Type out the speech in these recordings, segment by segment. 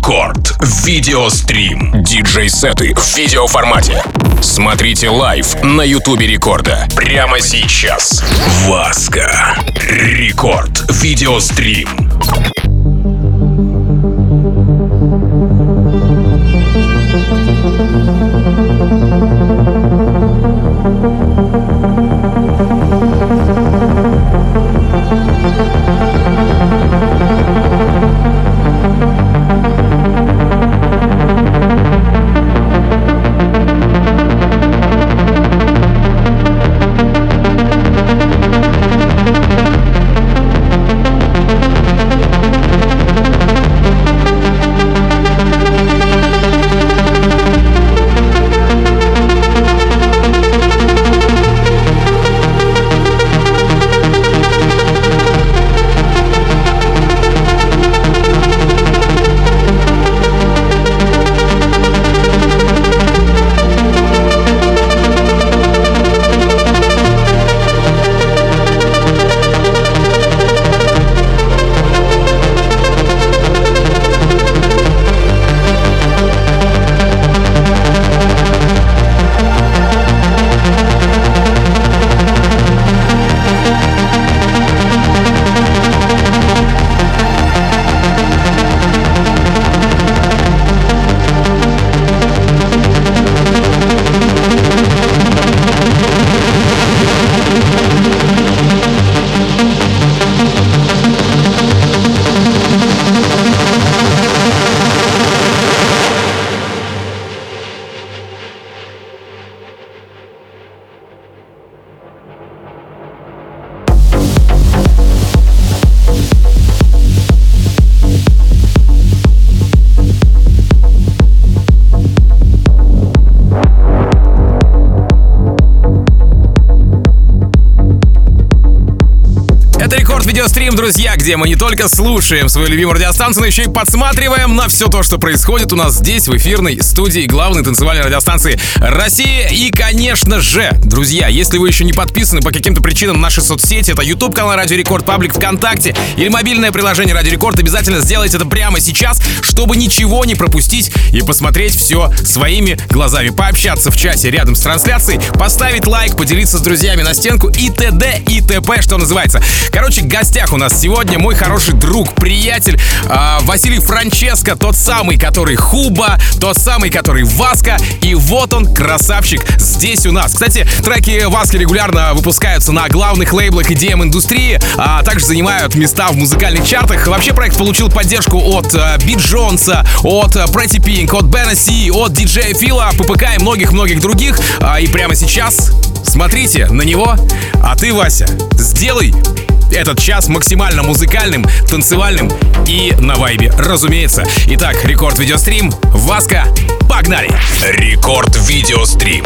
Рекорд. Видеострим. Диджей-сеты в видеоформате. Смотрите лайв на Ютубе Рекорда. Прямо сейчас. Васка. Рекорд. Видеострим. Видеострим, друзья, где мы не только слушаем свою любимую радиостанцию, но еще и подсматриваем на все то, что происходит у нас здесь, в эфирной студии главной танцевальной радиостанции России. И, конечно же, друзья, если вы еще не подписаны по каким-то причинам на наши соцсети, это YouTube канал Радио Рекорд, паблик ВКонтакте или мобильное приложение Радио Рекорд, обязательно сделайте это прямо сейчас, чтобы ничего не пропустить и посмотреть все своими глазами, пообщаться в чате рядом с трансляцией, поставить лайк, поделиться с друзьями на стенку и т.д. и т.п., что называется. Короче, в гостях у нас сегодня мой хороший друг, приятель Василий Франческо, тот самый, который Хуба, тот самый, который Васка, и вот он, красавчик, здесь у нас. Кстати, треки Васки регулярно выпускаются на главных лейблах EDM-индустрии, а также занимают места в музыкальных чартах. Вообще проект получил поддержку от Бит Джонса, от Pretty Pink, от Бена Си, от диджея Фила, ППК и многих-многих других. И прямо сейчас смотрите на него, а ты, Вася, сделай этот час максимально музыкальным, танцевальным и на вайбе, разумеется. Итак, Рекорд Видеострим, Васка, погнали! Рекорд Видеострим.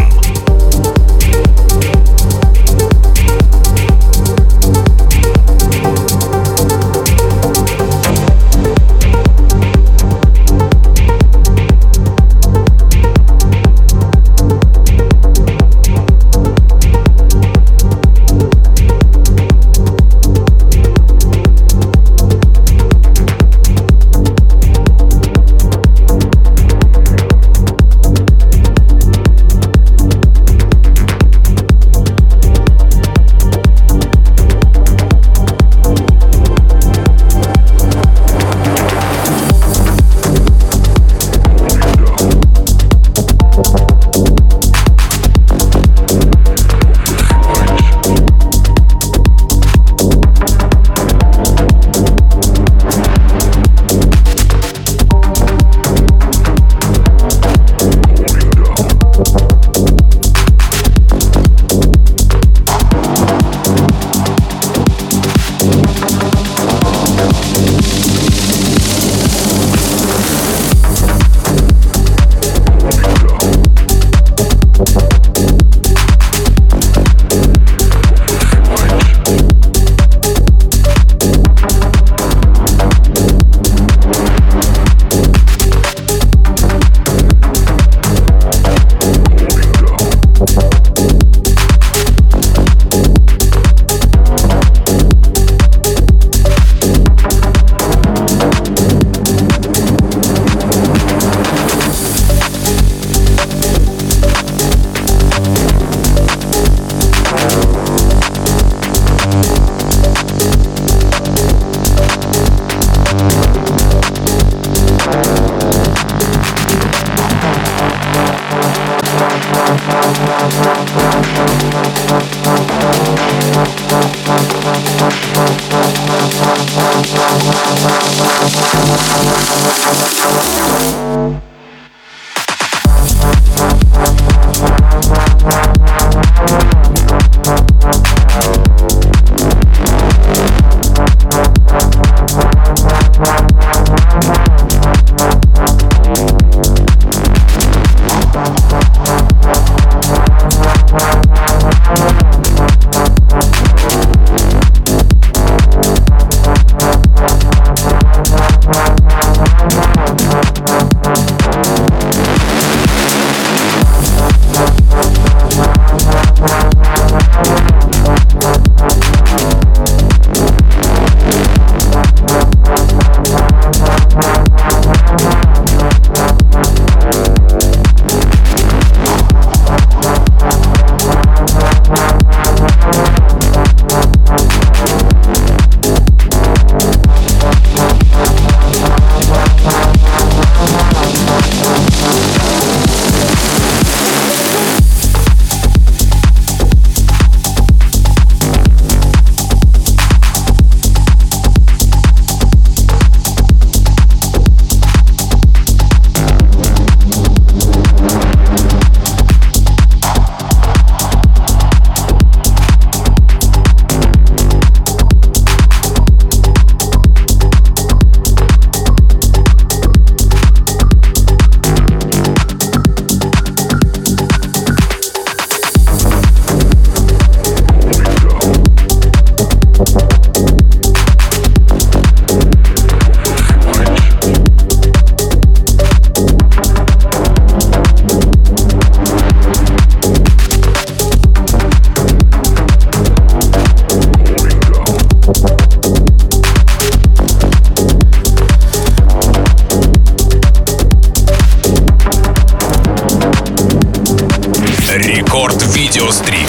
Видеострим.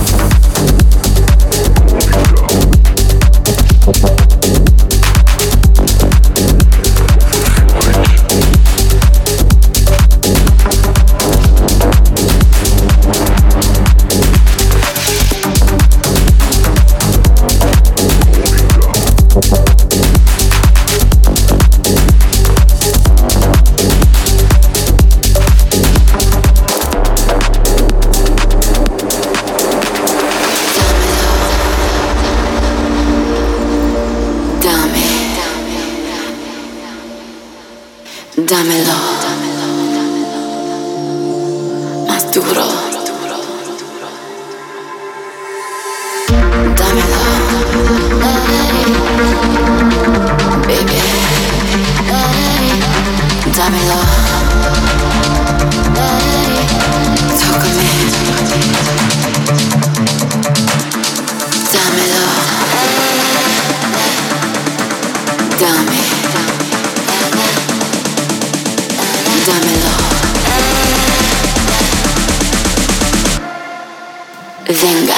Dámelo, más duro. Dámelo, baby. Dámelo, tócame. Dámelo, dame. Dámelo. Venga.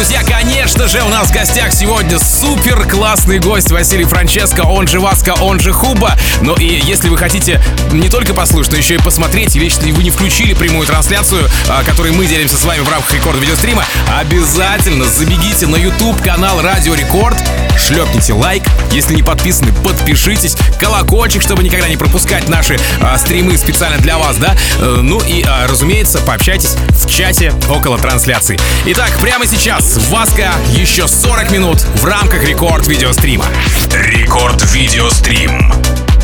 друзья, конечно же, у нас в гостях сегодня супер классный гость Василий Франческо, он же Васка, он же Хуба. Ну и если вы хотите не только послушать, но еще и посмотреть, или если вы не включили прямую трансляцию, которой мы делимся с вами в рамках Рекорд видеострима, обязательно забегите на YouTube-канал Радио Рекорд, шлепните лайк, если не подписаны, подпишитесь, колокольчик, чтобы никогда не пропускать наши стримы специально для вас, да? Ну и, разумеется, пообщайтесь в чате около трансляции. Итак, прямо сейчас Васка, еще 40 минут в рамках Рекорд видеострима. Рекорд видеострим.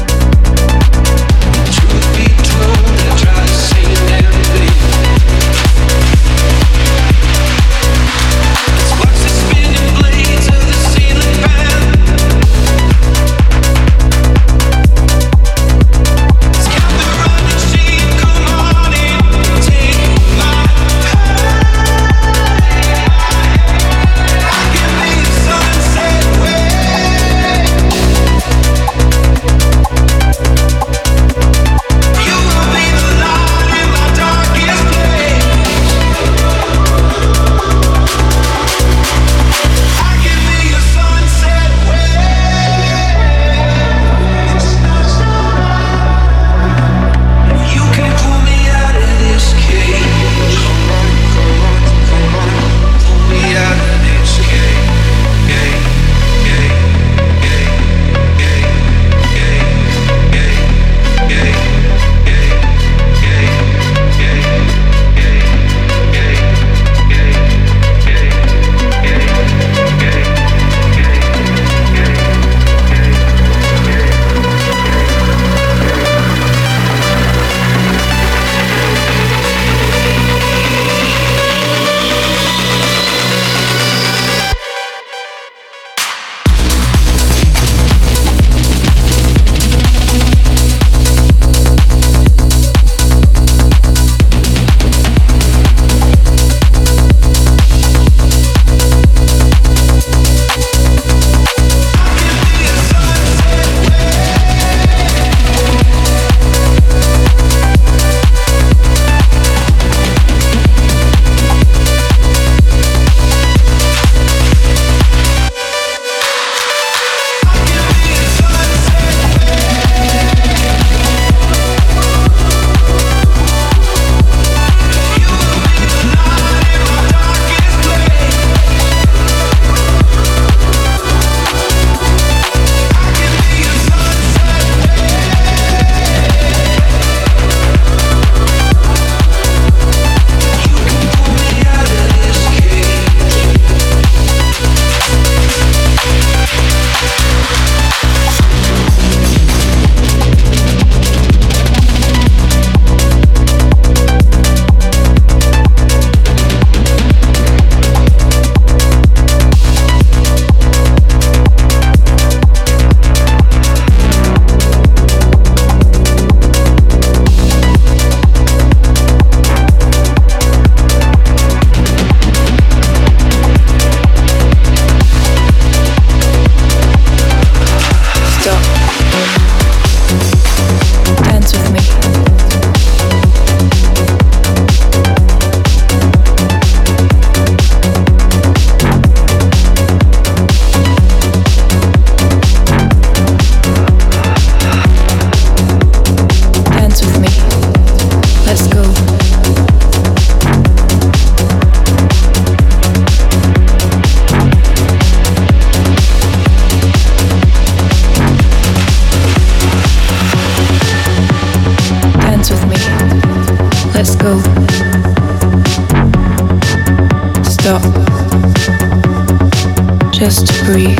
Just to breathe.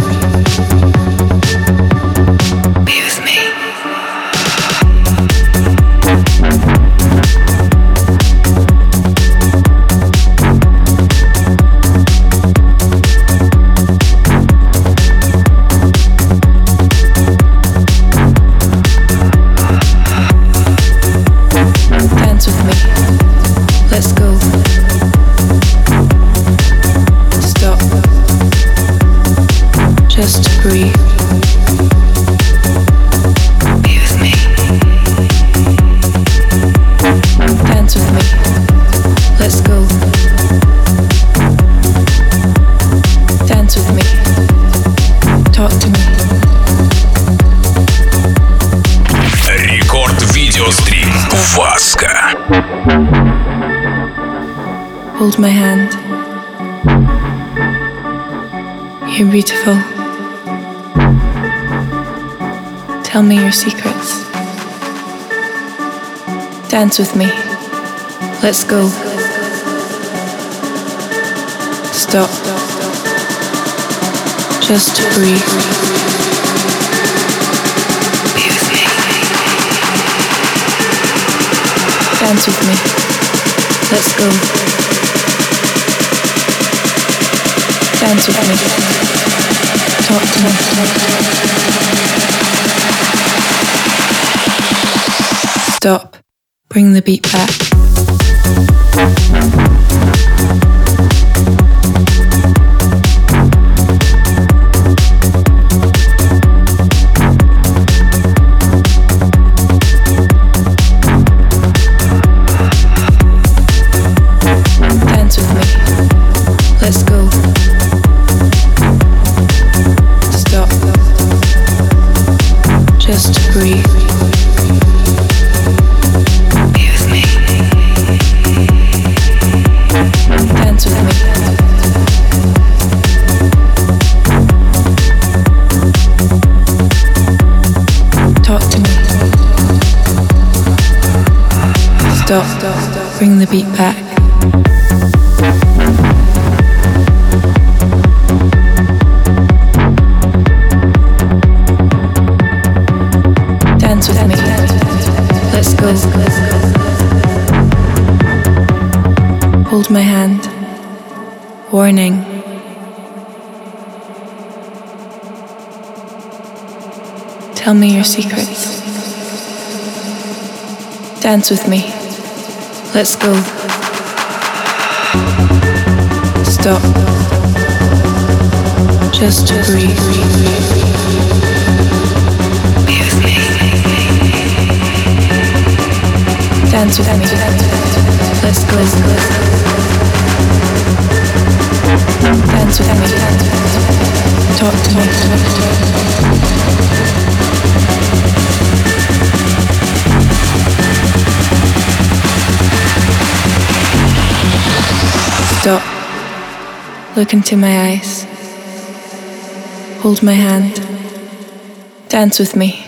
Be with me. Dance with me. Let's go. Stop. Just to breathe. Be with me. Dance with me. Let's go. Hold my hand. You're beautiful. Tell me your secrets. Dance with me. Let's go. Stop. Just breathe. Be with me. Dance with me. Let's go. Dance with me. Talk to me. Stop. Bring the beat back. Dance with me. Let's go. Stop. Just breathe. Stop. Bring the beat back. Dance with me. Let's go. Hold my hand. Warning. Tell me your secrets. Dance with me. Let's go. Stop. Just breathe. Be with me. Dance with me. Let's go. Dance with me. Talk to me. Stop. Look into my eyes. Hold my hand. Dance with me.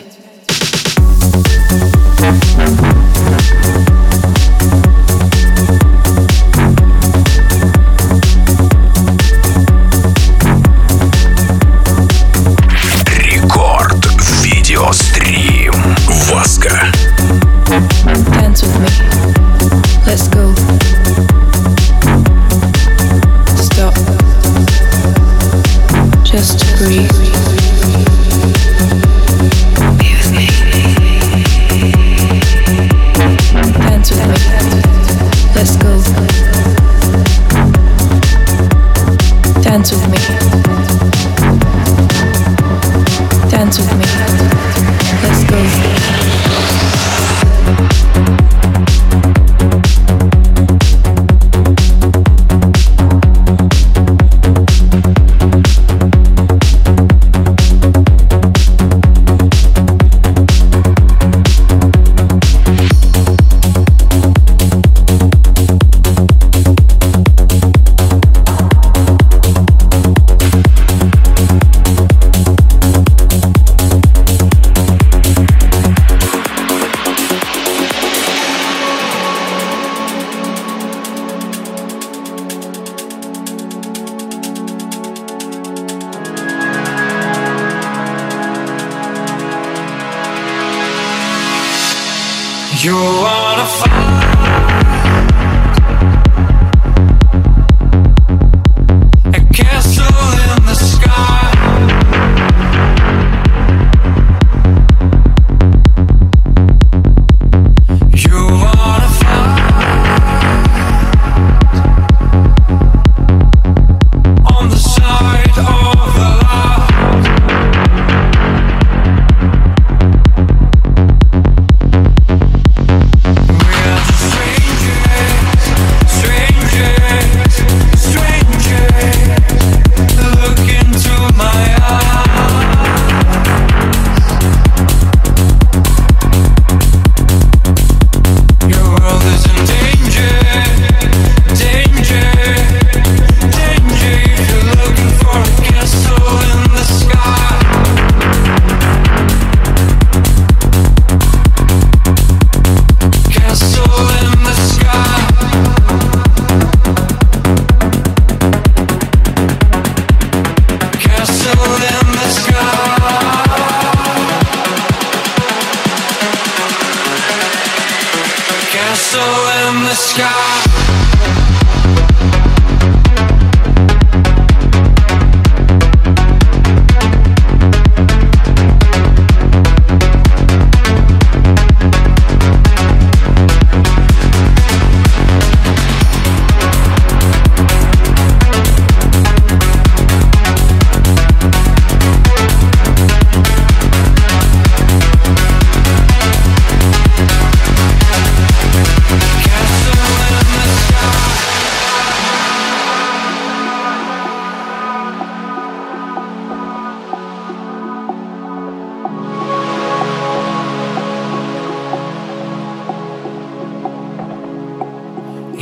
Рекорд видеострим Васка. Dance with me. Let's go. Stop. Just breathe. Be with me. Dance with me. Let's go. Dance with me. Dance with me. Let's go. You wanna fight a castle in the sky. You wanna fight on the side of the light. We're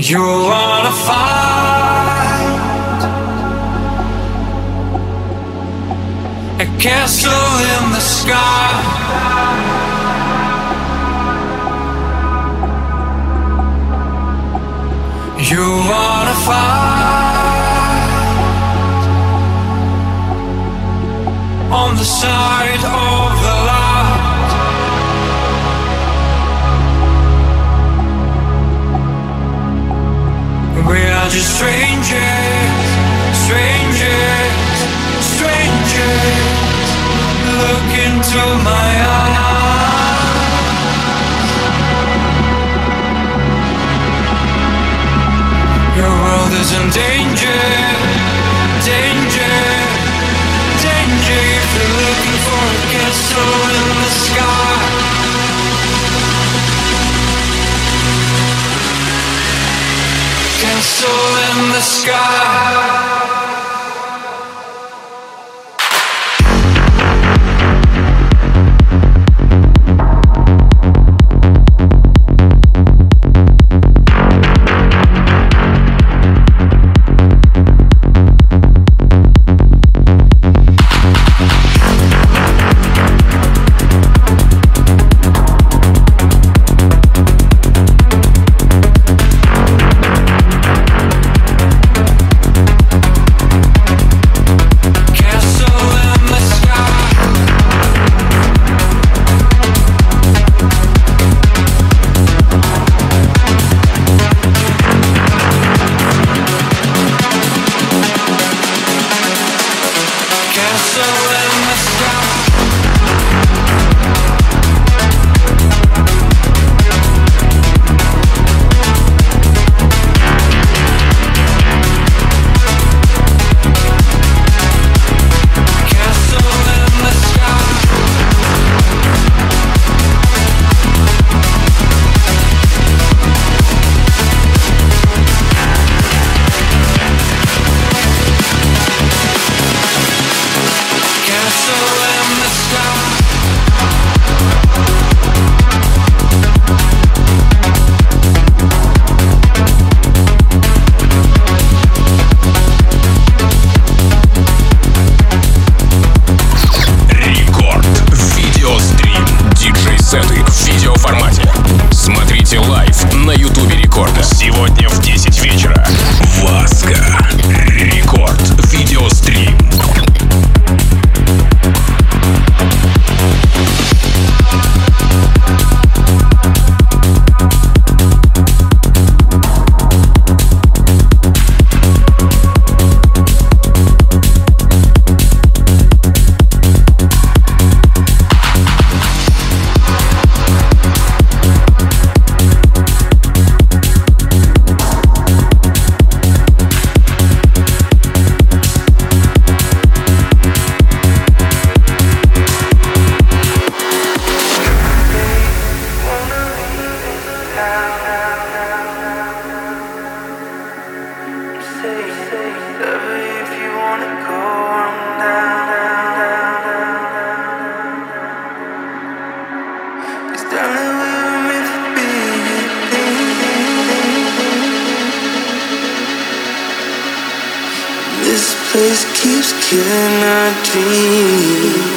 You wanna find a castle in the sky. You wanna fight on the side of the light. We are just strangers, strangers, strangers. Look into my eyes. Your world is in danger, danger, danger. If you're looking for a castle in the sky, castle in the sky. This keeps killing our dreams.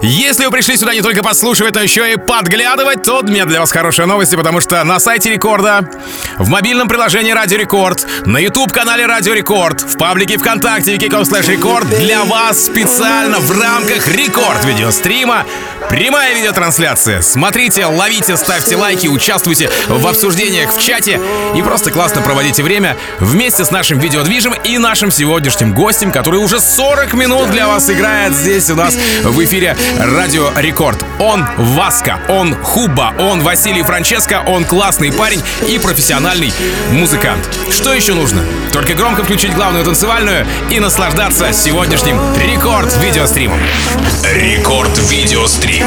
Если вы пришли сюда не только подслушивать, но еще и подглядывать, то у меня для вас хорошие новости, потому что на сайте Рекорда, в мобильном приложении Радио Рекорд, на YouTube-канале Радио Рекорд, в паблике ВКонтакте wiki.com/рекорд для вас специально в рамках Рекорд видеострима прямая видеотрансляция. Смотрите, ловите, ставьте лайки, участвуйте в обсуждениях в чате и просто классно проводите время вместе с нашим видеодвижем и нашим сегодняшним гостем, который уже 40 минут для вас играет здесь у нас в эфире Радио Рекорд. Он Васка, он Хуба, он Василий Франческо, он классный парень и профессиональный музыкант. Что еще нужно? Только громко включить главную танцевальную и наслаждаться сегодняшним Рекорд видеостримом. Рекорд видеострим.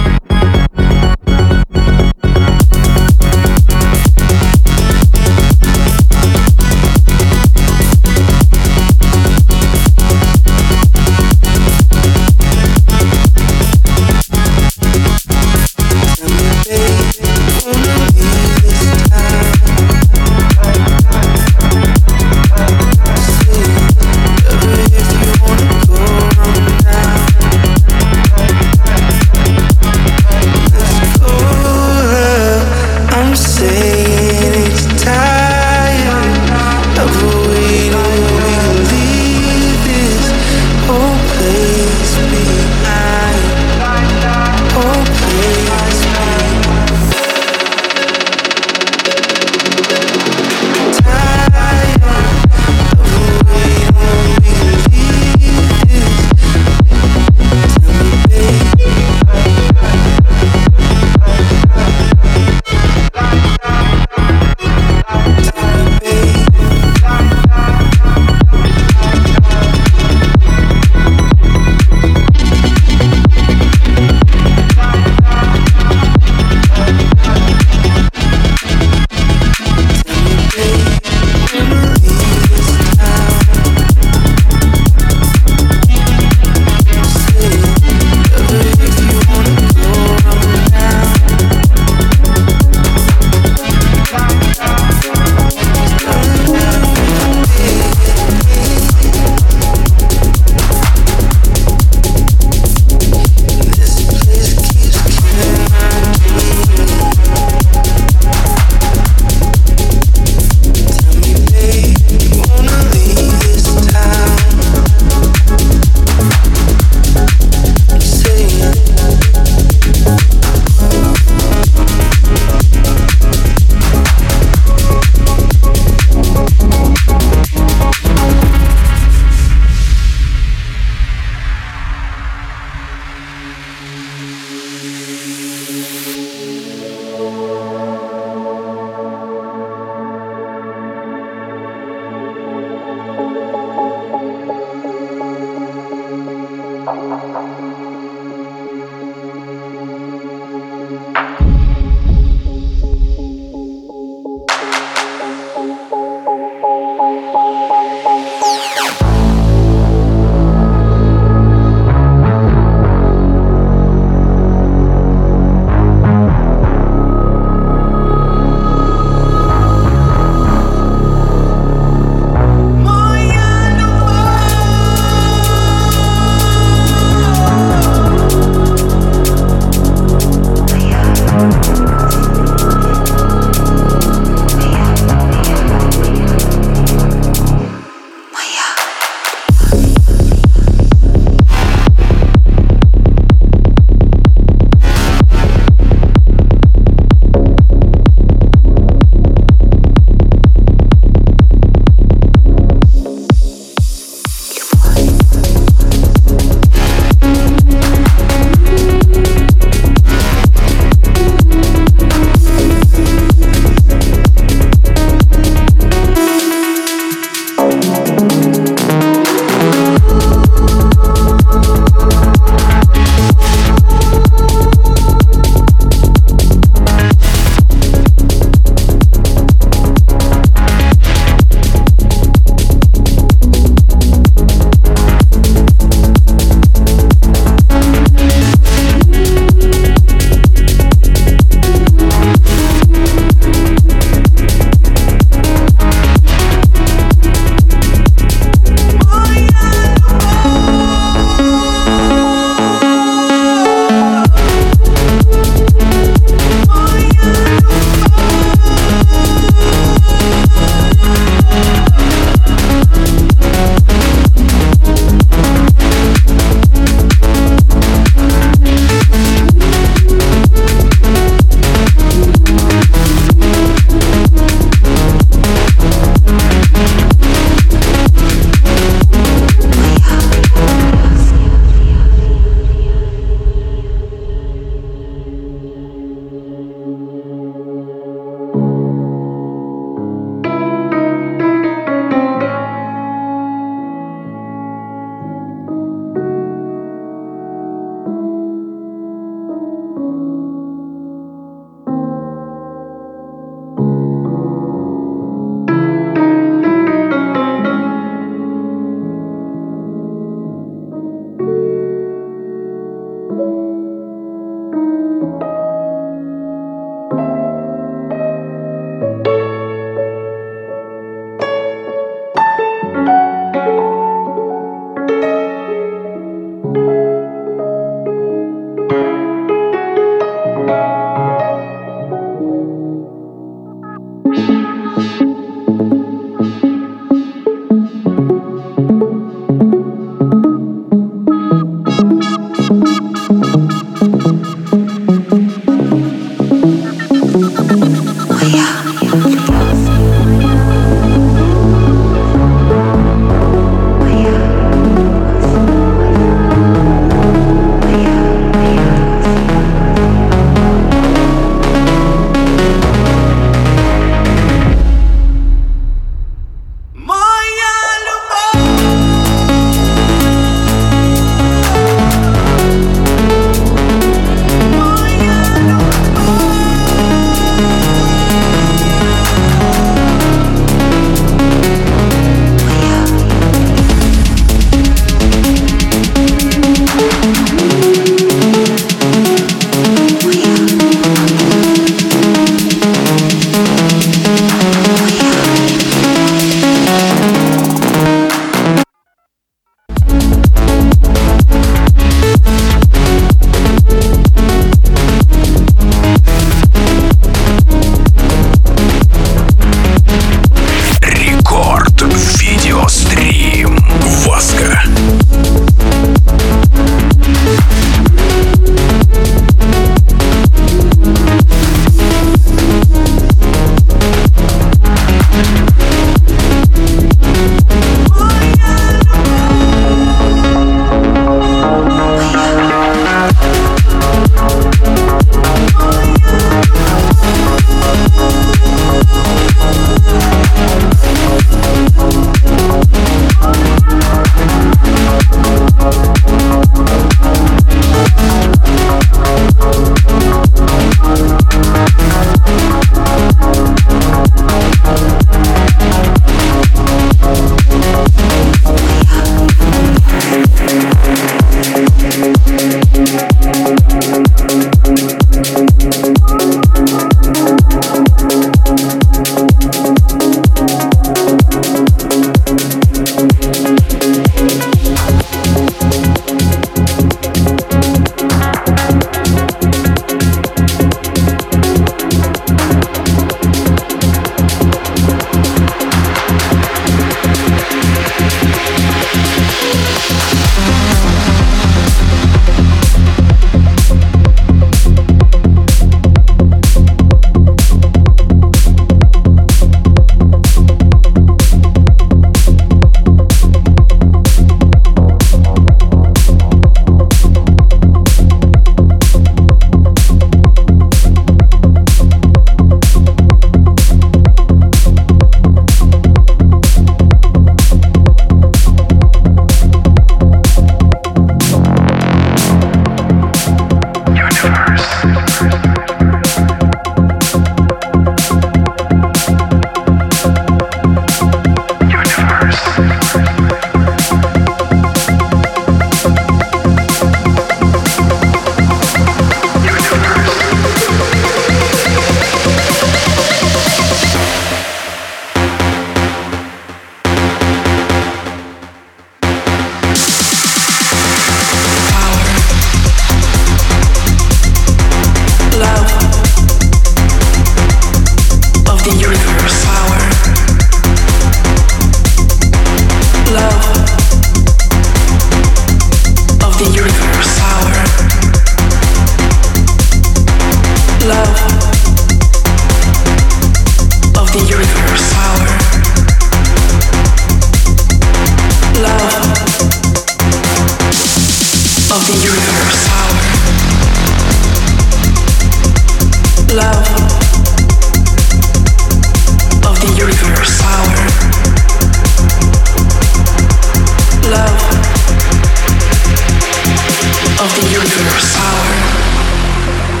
of the universe. Power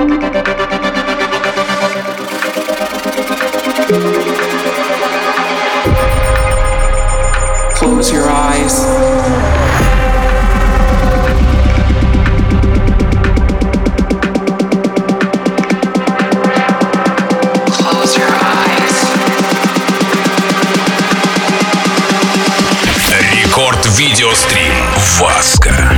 Close your eyes. Close your eyes. Рекорд видеострим Васка.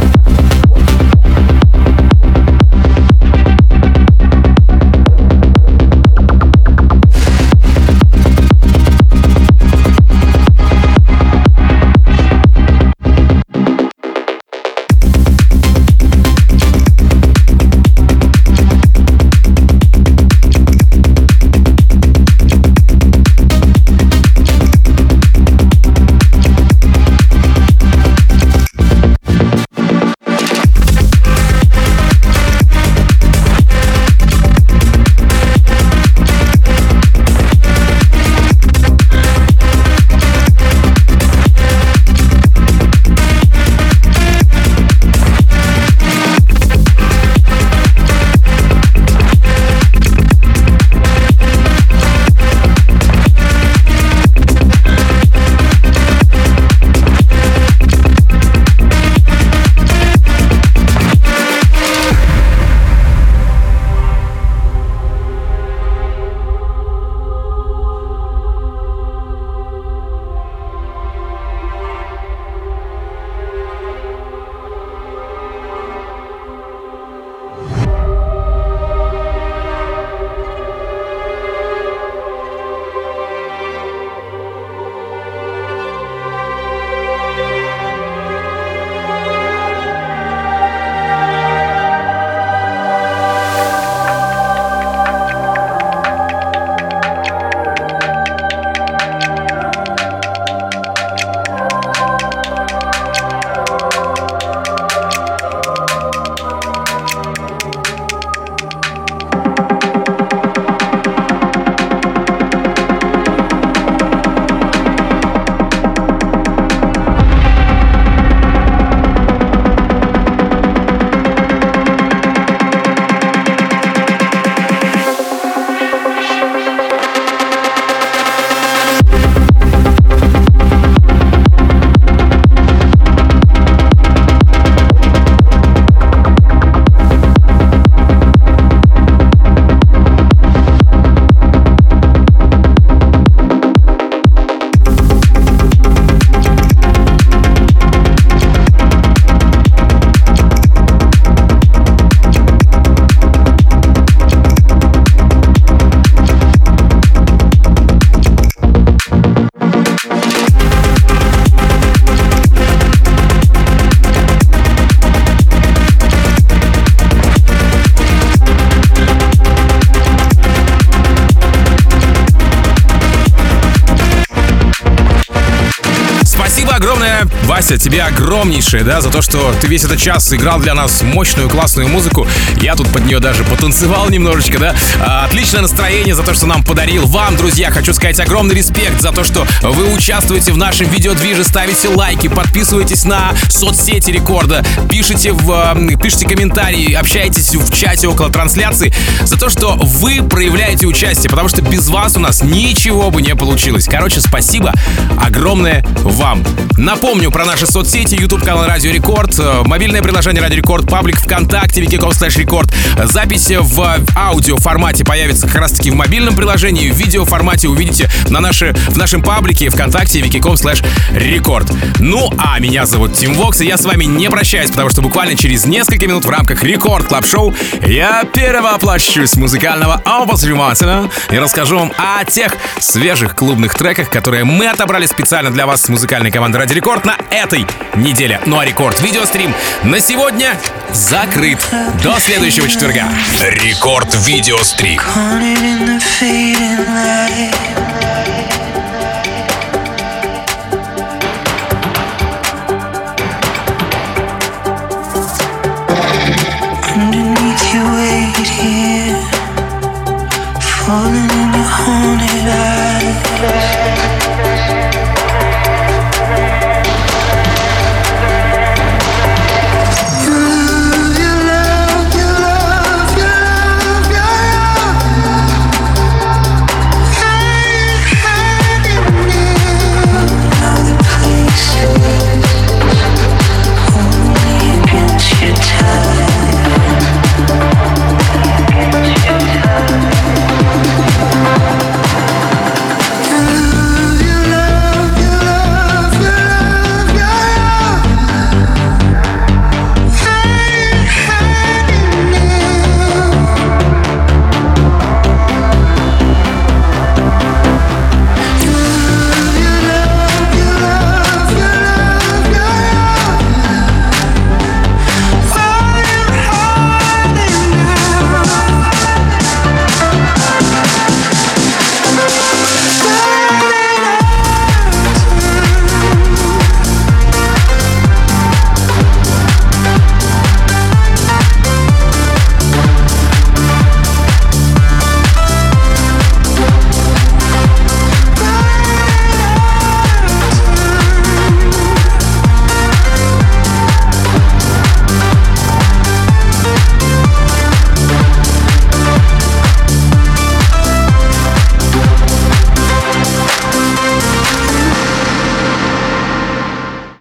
Огромное, Вася, тебе огромнейшее, да, за то, что ты весь этот час играл для нас мощную, классную музыку. Я тут под нее даже потанцевал немножечко, да. Отличное настроение за то, что нам подарил. Вам, друзья, хочу сказать огромный респект за то, что вы участвуете в нашем видеодвиже, ставите лайки, подписываетесь на соцсети Рекорда, пишите комментарии, общаетесь в чате около трансляции, за то, что вы проявляете участие, потому что без вас у нас ничего бы не получилось. Короче, спасибо огромное вам. Напомню про наши соцсети: YouTube-канал Радио Рекорд, мобильное приложение Радио Рекорд, паблик ВКонтакте, wiki.com/рекорд. Запись в аудиоформате появится как раз-таки в мобильном приложении, в видеоформате увидите в нашем паблике ВКонтакте, wiki.com/рекорд. Ну, а меня зовут Тим Вокс, и я с вами не прощаюсь, потому что буквально через несколько минут в рамках Рекорд Клаб Шоу я перевоплощусь с музыкального обозревателя и расскажу вам о тех свежих клубных треках, которые мы отобрали специально для вас с музыкальной командой Радио Рекорд на этой неделе. Ну а Рекорд видеострим на сегодня закрыт. До следующего четверга. Рекорд видеострим.